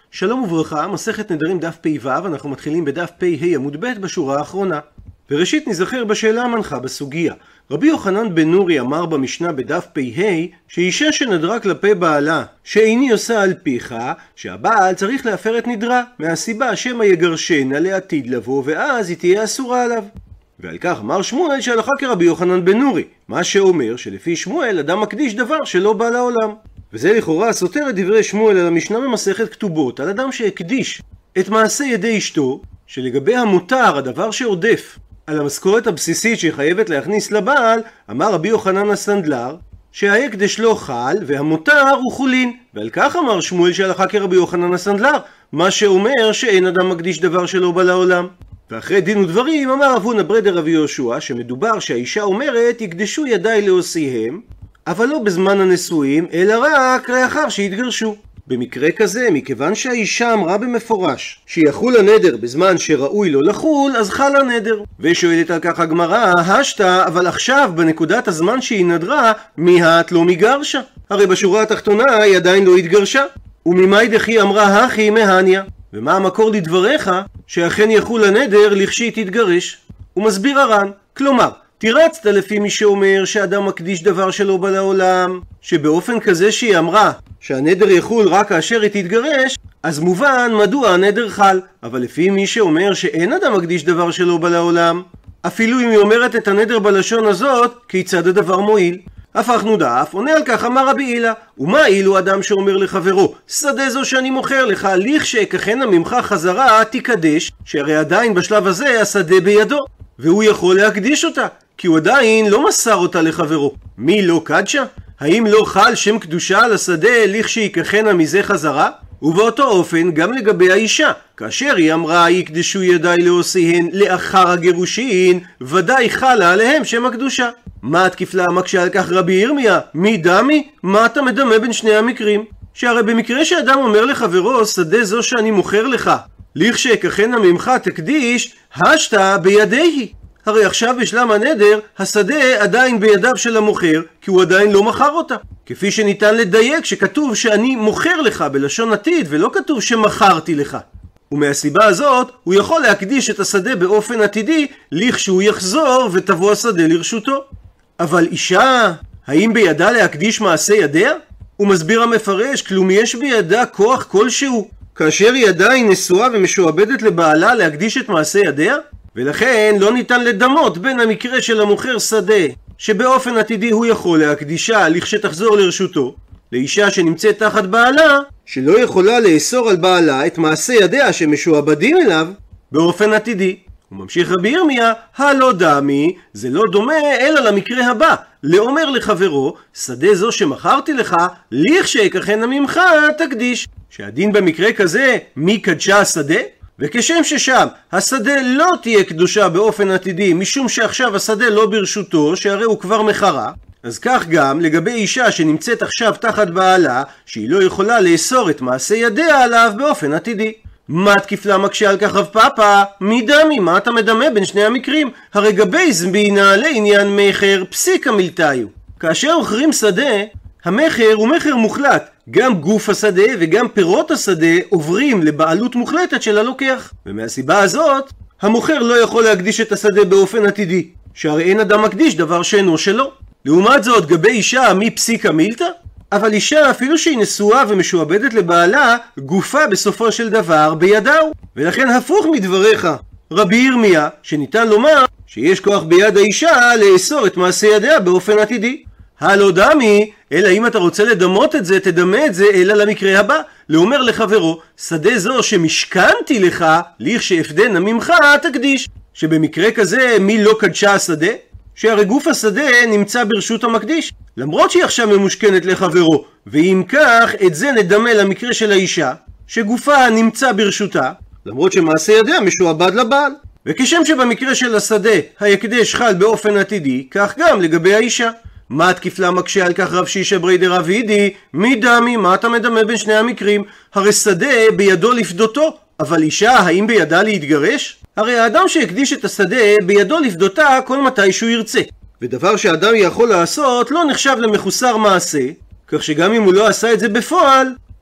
שלום וברכה, מסכת נדרים דף פ"ו, אנחנו מתחילים בדף פ"ה עמוד ב' בשורה האחרונה. וראשית נזכר בשאלה המנחה בסוגיה. רבי יוחנן בן נורי אמר במשנה בדף פ"ה שאישה שנדרה כלפי בעלה שאיני עושה על פיך, שהבעל צריך להפר את נדרה מהסיבה שמא יגרשנה לעתיד לבוא ואז היא תהיה אסורה עליו. ועל כך אמר שמואל שהלכה כרבי יוחנן בן נורי, מה שאומר שלפי שמואל אדם מקדיש דבר שלא בא לעולם. וזה לכאורה סותר את דברי שמואל על המשנה במסכת כתובות על אדם שהקדיש את מעשה ידי אשתו, שלגבי המותר, הדבר שעודף על המשכורת הבסיסית שהיא חייבת להכניס לבעל, אמר רבי יוחנן הסנדלר שההקדש לא חל והמותר הוא חולין. ועל כך אמר שמואל שהלכה כרבי יוחנן הסנדלר, מה שאומר שאין אדם מקדיש דבר שלא בא לעולם. ואחרי דין ודברים אמר אבונה ברדר רבי יהושע שמדובר שהאישה אומרת יקדשו ידיי לעושיהם, אבל לא בזמן הנשואים אלא רק לאחר שהתגרשו. במקרה כזה, מכיוון שהאישה אמרה במפורש שיחול הנדר בזמן שראוי לו לחול, אז חל הנדר. ושואלת על כך הגמרא, השתה, אבל עכשיו בנקודת הזמן שהיא נדרה, מיהת לא מגרשה? הרי בשורה התחתונה היא עדיין לא התגרשה. וממאי דכי אמרה הכי מהניה? ומה המקור לדבריך שאכן יחול הנדר לכשהיא תתגרש? הוא מסביר הר"ן, כלומר תירצת לפי מי שאומר שאדם מקדיש דבר שלא בא לעולם, שבאופן כזה שהיא אמרה שהנדר יחול רק כאשר היא תתגרש, אז מובן מדוע הנדר חל. אבל לפי מי שאומר שאין אדם מקדיש דבר שלא בא לעולם, אפילו אם היא אומרת את הנדר בלשון הזאת, כיצד הדבר מועיל? הפכנו דף, עונה על כך אמר רבי הילה, ומה אילו אדם שאומר לחברו, שדה זו שאני מוכר לך, לכשאקחנה ממך חזרה תקדש, שהרי עדיין בשלב הזה השדה בידו, והוא יכול להקדיש אותה, כי הוא עדיין לא מסר אותה לחברו. מי לא קדשה? האם לא חל שם קדושה על השדה לכשיקחנה מזה חזרה? ובאותו אופן גם לגבי האישה, כאשר היא אמרה יקדשו ידיי לעושיהן לאחר הגירושין, ודאי חלה עליהם שם הקדושה. מה התקיפלה מקשה על כך רבי ירמיה? מי דמי? מה אתה מדמה בין שני המקרים? שהרי במקרה שאדם אומר לחברו שדה זו שאני מוכר לך, לכשאקחנה ממך תקדיש, השתה בידיhi. הרי עכשיו בשלב הנדר, השדה עדיין בידיו של המוכר, כי הוא עדיין לא מכר אותה. כפי שניתן לדייק שכתוב שאני מוכר לך בלשון עתיד, ולא כתוב שמכרתי לך. ומהסיבה הזאת, הוא יכול להקדיש את השדה באופן עתידי, לכשהוא יחזור ותבוא השדה לרשותו. אבל אישה, האם בידה להקדיש מעשה ידיה? הוא מסביר המפרש, כלום יש בידה כוח כלשהו, כאשר היא עדיין נשואה ומשועבדת לבעלה להקדיש את מעשה ידיה? ולכן לא ניתן לדמות בין המקרה של המוכר שדה שבאופן עתידי הוא יכול להקדישה לכשתחזור לרשותו, לאישה שנמצאת תחת בעלה שלא יכולה לאסור על בעלה את מעשה ידיה שמשועבדים אליו באופן עתידי. הוא ממשיך רבי ירמיה, הלא דמי, זה לא דומה אלא למקרה הבא, לאומר לחברו שדה זו שמכרתי לך לכשאקחנה ממך תקדיש, שהדין במקרה כזה מי קדשה השדה? וכשם ששם השדה לא תהיה קדושה באופן עתידי משום שעכשיו השדה לא ברשותו שהרי הוא כבר מכרה, אז כך גם לגבי אישה שנמצאת עכשיו תחת בעלה שהיא לא יכולה לאסור את מעשה ידיה עליו באופן עתידי. מה תקיפלה מקשה על כך רב פאפא? מי דמי? מה אתה מדמה בין שני המקרים? הרי גבי זבינה לעניין מחר פסיקה מילתאיו. כאשר מוכרים שדה, המחר הוא מחר מוחלט, גם גוף השדה וגם פירות השדה עוברים לבעלות מוחלטת של הלוקח, ומהסיבה הזאת המוכר לא יכול להקדיש את השדה באופן עתידי, שהרי אין אדם מקדיש דבר שאינו שלו. לעומת זאת גבי אישה מי פסיקה מילתא? אבל אישה אפילו שהיא נשואה ומשועבדת לבעלה, גופה בסופו של דבר בידהו, ולכן הפוך מדבריך רבי ירמיה שניתן לומר שיש כוח ביד האישה לאסור את מעשה ידיה באופן עתידי. הלא דמי, אלא אם אתה רוצה לדמות את זה, תדמה את זה אלא למקרה הבא, לאומר לחברו שדה זו שמשכנתי לך לכשאפדנה ממך תקדיש, שבמקרה כזה מי לא קדשה השדה? שהרי גוף השדה נמצא ברשות המקדיש, למרות שהיא עכשיו ממושכנת לחברו, ואם כך את זה נדמה למקרה של האישה שגופה נמצא ברשותה, למרות שמעשה ידיה משועבד לבעל. וכשם שבמקרה של השדה ההקדש חל באופן עתידי, כך גם לגבי האישה. מה התקיפלה מקשה על כך רב שישה בריידר רב הידי? מי דמי? מה אתה מדמה בין שני המקרים? הרי שדה בידו לפדותו, אבל אישה האם בידה להתגרש? הרי האדם שהקדיש את השדה בידו לפדותה כל מתי שהוא ירצה, ודבר שאדם יכול לעשות לא נחשב למחוסר מעשה, כך שגם אם הוא לא עשה את זה בפועל,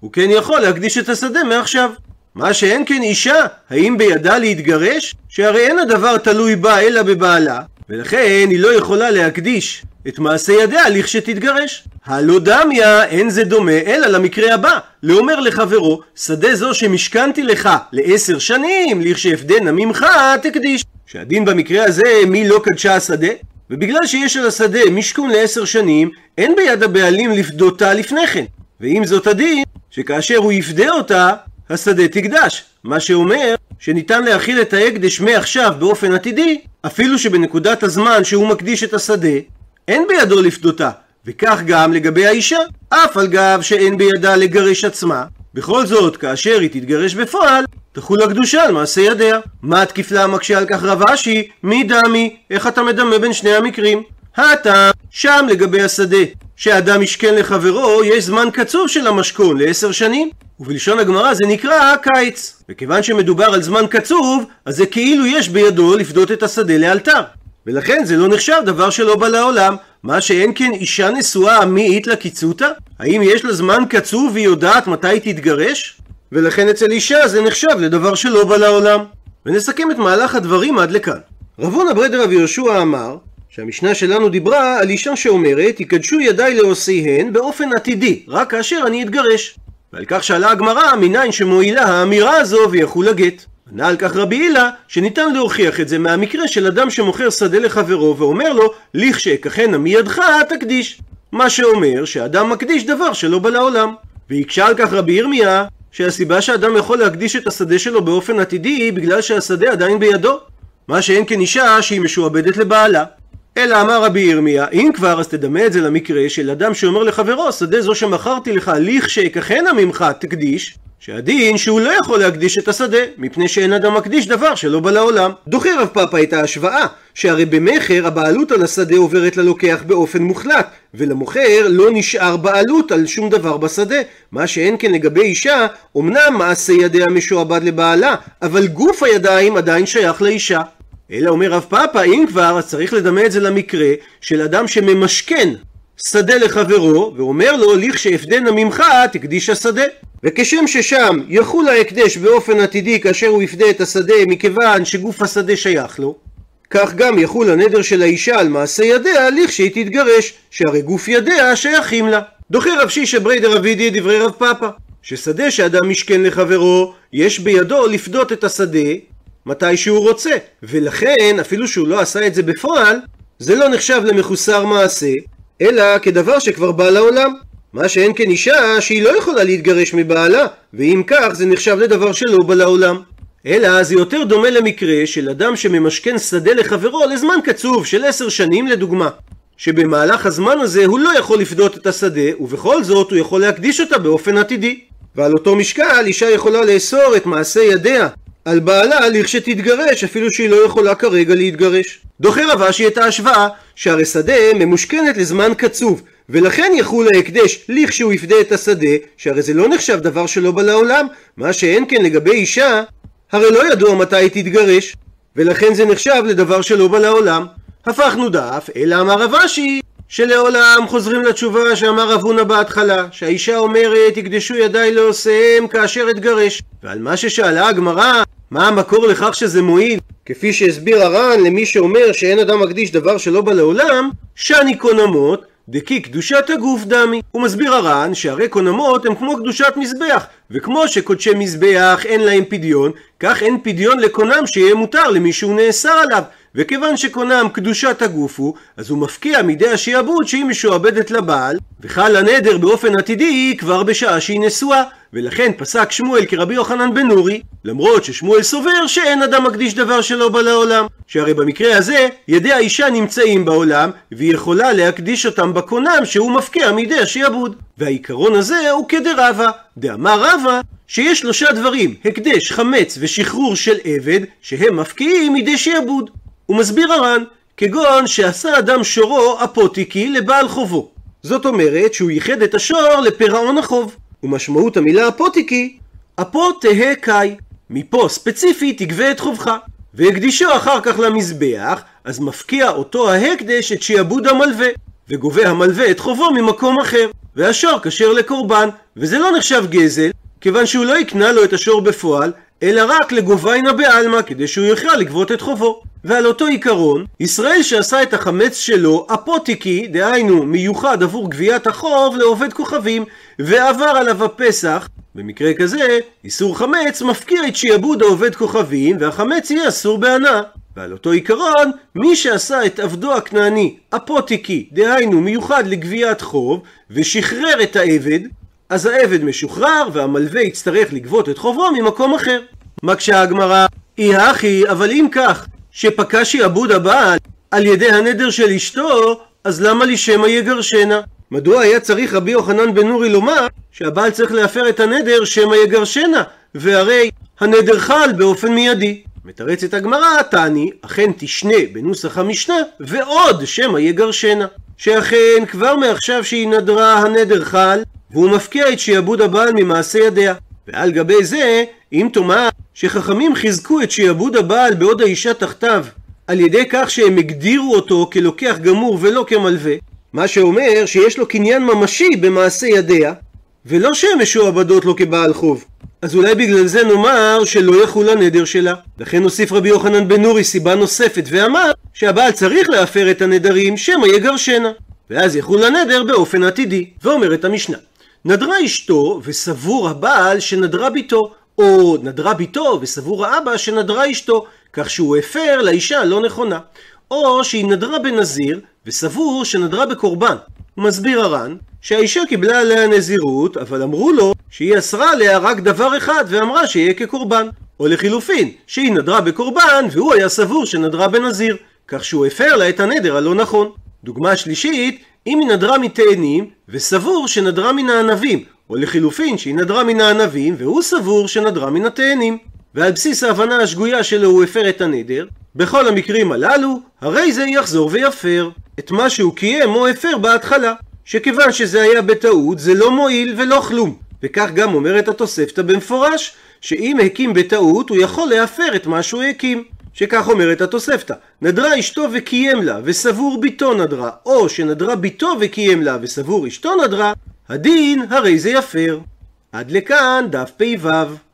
הוא כן יכול להקדיש את השדה מעכשיו. מה שאין כן אישה, האם בידה להתגרש? שהרי אין הדבר תלוי בה אלא בבעלה, ולכן היא לא יכולה להקדיש את מעשה ידיה לכשתתגרש. הלא דמיה, אין זה דומה אלא למקרה הבא, לאומר לחברו, שדה זו שמשכנתי לך ל10 שנים, לכשאפדנה ממך תקדיש. שהדין במקרה הזה מי לא קדשה השדה, ובגלל שיש על השדה משכון ל10 שנים, אין ביד הבעלים לפדותה לפני כן. ואם זאת הדין, שכאשר הוא יפדה אותה, השדה תקדש. מה שאומר שניתן להכיל את ההקדש מעכשיו באופן עתידי, אפילו שבנקודת הזמן שהוא מקדיש את השדה, אין בידו לפדותה. וכך גם לגבי האישה, אף על גב שאין בידה לגרש עצמה, בכל זאת כאשר היא תתגרש בפועל, תחול הקדושה על מעשה ידיה. מה התקיפלה מקשה על כך רב אשי? מי דמי? איך אתה מדמה בין שני המקרים? הטעם שם לגבי השדה, שאדם משכן לחברו יש זמן קצוב של המשכון ל10 שנים, ובלשון הגמרא זה נקרא קיץ. וכיוון שמדובר על זמן קצוב, אז זה כאילו יש בידו לפדות את השדה לאלתר, ולכן זה לא נחשב דבר שלא בא לעולם. מה שאין כן אישה נשואה, מי אית לה קיצותה? האם יש לה זמן קצוב והיא יודעת מתי תתגרש? ולכן אצל אישה זה נחשב לדבר שלא בא לעולם. ונסכם את מהלך הדברים עד לכאן. רב הונא ברי דרב יהושע אמר שהמשנה שלנו דיברה על אישה שאומרת יקדשו ידיי לעושיהן באופן עתידי, רק כאשר אני אתגרש. ועל כך שאלה הגמרא מניין שמועילה האמירה הזו ויחול הגט. ענה על כך רבי הילה שניתן להוכיח את זה מהמקרה של אדם שמוכר שדה לחברו ואומר לו לכשאקחנה מידך תקדיש, מה שאומר שאדם מקדיש דבר שלא בא לעולם. ויקשה על כך רבי ירמיה שהסיבה שאדם יכול להקדיש את השדה שלו באופן עתידי בגלל שהשדה עדיין בידו, מה שאין כן אישה שהיא משועבדת לבעלה. אלא אמר רבי ירמיה אם כבר אז תדמה את זה למקרה של אדם שאומר לחברו שדה זו שמכרתי לך לכשאקחנה ממך תקדיש, שהדין שהוא לא יכול להקדיש את השדה מפני שאין אדם מקדיש דבר שלא בא לעולם. דוחה רב פאפא את ההשוואה שהרי במכר הבעלות על השדה עוברת ללוקח באופן מוחלט, ולמוכר לא נשאר בעלות על שום דבר בשדה. מה שאין כן לגבי אישה, אמנם מעשה ידיה משועבד לבעלה, אבל גוף הידיים עדיין שייך לאישה. אלא אומר רב פאפא אם כבר אז צריך לדמה את זה למקרה של אדם שממשכן שדה לחברו ואומר לו לכשאפדנה ממך תקדיש השדה, וכשם ששם יחול ההקדש באופן עתידי כאשר הוא יפדה את השדה מכיוון שגוף השדה שייך לו, כך גם יחול הנדר של האישה על מעשה ידיה לכשהיא תתגרש, שהרי גוף ידיה שייכים לה. דוחה רב שישא ברי דרב אידיה דברי רב פאפא ששדה שאדם משכן לחברו יש בידו לפדות את השדה מתי שהוא רוצה, ולכן אפילו שהוא לא עשה את זה בפועל זה לא נחשב למחוסר מעשה אלא כדבר שכבר בא לעולם. מה שאין כן אישה שהיא לא יכולה להתגרש מבעלה, ואם כך זה נחשב לדבר שלא בא לעולם. אלא זה יותר דומה למקרה של אדם שממשכן שדה לחברו לזמן קצוב של 10 שנים לדוגמה, שבמהלך הזמן הזה הוא לא יכול לפדות את השדה ובכל זאת הוא יכול להקדיש אותה באופן עתידי. ועל אותו משקל אישה יכולה לאסור את מעשה ידיה על בעלה לכשתתגרש אפילו שהיא לא יכולה כרגע להתגרש. דוחה רב אשי את ההשוואה שהרי שדה ממושכנת לזמן קצוב, ולכן יחול ההקדש לכשהוא יפדה את השדה, שהרי זה לא נחשב דבר שלא בא לעולם. מה שאין כן לגבי אישה, הרי לא ידוע מתי היא תתגרש, ולכן זה נחשב לדבר שלא בא לעולם. הפכנו דף, אלא אמר רב אשי שלעולם חוזרים לתשובה שאמר רב הונא בהתחלה, שהאישה אומרת יקדשו ידיי לעושיהם כאשר אתגרש. ועל מה ששאלה הגמרא מה המקור לכך שזה מועיל, כפי שהסביר הר"ן למי שאומר שאין אדם מקדיש דבר שלא בא לעולם, שאני קונמות דקי קדושת הגוף דמי. הוא מסביר הר"ן שהרי קונמות הם כמו קדושת מזבח, וכמו שקודשי מזבח אין להם פדיון, כך אין פדיון לקונם שיהיה מותר למי שהוא נאסר עליו. וכיוון שקונם קדושת הגוף הוא, אז הוא מפקיע מידי השיעבוד שהיא משועבדת לבעל, וחל הנדר באופן עתידי כבר בשעה שהיא נשואה. ולכן פסק שמואל כרבי יוחנן בן נורי, למרות ששמואל סובר שאין אדם מקדיש דבר שלא בא לעולם, שהרי במקרה הזה ידי האישה נמצאים בעולם והיא יכולה להקדיש אותם בקונם שהוא מפקיע מידי השיעבוד. והעיקרון הזה הוא כדרבא דאמר רבא שיש 3 דברים, הקדש, חמץ ושחרור של עבד, שהם מפקיעים מידי שיעבוד. הוא מסביר הר"ן כגון שעשה אדם שורו אפוטיקי לבעל חובו, זאת אומרת שהוא ייחד את השור לפירעון החוב. ומשמעות המילה אפוטיקי, אפו תהה קאי, מפה ספציפית תגבה את חובך, והקדישו אחר כך למזבח, אז מפקיע אותו ההקדש את שיעבוד המלווה, וגובה המלווה את חובו ממקום אחר. והשור כשר לקורבן, וזה לא נחשב גזל, כיוון שהוא לא יקנה לו את השור בפועל, אלא רק לגוביינה בעלמא, כדי שהוא יוכל לגבות את חובו. ועל אותו עיקרון, ישראל שעשה את החמץ שלו אפוטיקי, דהיינו מיוחד עבור גביית החוב לעובד כוכבים, ועבר עליו הפסח, במקרה כזה, איסור חמץ מפקיע את שיעבוד העובד כוכבים, והחמץ יהיה אסור בהנאה. ועל אותו עיקרון, מי שעשה את עבדו הכנעני אפוטיקי, דהיינו מיוחד לגביית חוב, ושחרר את העבד, אז העבד משוחרר והמלווה יצטרך לגבות את חובו ממקום אחר. מקשה הגמרא, אי הכי, אבל אם כך, שפקע שיעבוד הבעל על ידי הנדר של אשתו, אז למה לי שמא יגרשנה? מדוע היה צריך רבי יוחנן בן נורי לומר שהבעל צריך להפר את הנדר שמא יגרשנה, והרי הנדר חל באופן מיידי? מתרצת הגמרא, תעני, אכן תשנה בנוסח המשנה, ועוד שמא יגרשנה, שאכן כבר מעכשיו שהיא נדרה הנדר חל, והוא מפקיע את שיעבוד הבעל ממעשה ידיה. ועל גבי זה, אם תאמר שחכמים חיזקו את שיעבוד הבעל בעוד האישה תחתיו, על ידי כך שהם הגדירו אותו כלוקח גמור ולא כמלווה, מה שאומר שיש לו קניין ממשי במעשה ידיה, ולא שהן משועבדות לו כבעל חוב. אז אולי בגלל זה נאמר שלא יחול הנדר שלה. לכן הוסיף רבי יוחנן בן נורי סיבה נוספת ואמר שהבעל צריך להפר את הנדרים שמא יגרשנה, ואז יחול הנדר באופן עתידי. ואומרת המשנה, נדרה אשתו וסבור הבעל שנדרה ביתו, או נדרה ביתו וסבור האבא שנדרה אשתו, כך שהוא הפר לאישה הלא נכונה, או שהיא נדרה בנזיר וסבור שנדרה בקורבן. הוא מסביר הר"ן שהאישה קיבלה עליה נזירות, אבל אמרו לו שהיא אסרה עליה רק דבר אחד ואמרה שיהיה כקורבן, או לחילופין שהיא נדרה בקורבן והוא היה סבור שנדרה בנזיר, כך שהוא הפר לה את הנדר הלא נכון. דוגמה שלישית, אם היא נדרה מתאנים וסבור שנדרה מן הענבים, או לחילופין שהיא נדרה מן הענבים והוא סבור שנדרה מן התאנים, ועל בסיס ההבנה השגויה שלו הוא הפר את הנדר. בכל המקרים הללו הרי זה יחזור ויפר את מה שהוא קיים או הפר בהתחלה, שכיוון שזה היה בטעות זה לא מועיל ולא כלום. וכך גם אומרת התוספתא במפורש, שאם הקים בטעות הוא יכול להפר את מה שהוא הקים, שכך אומרת התוספתא, נדרה אשתו וקיים לה וסבור ביתו נדרה, או שנדרה ביתו וקיים לה וסבור אשתו נדרה, הדין הרי זה יפר. עד לכאן דף פ"ו.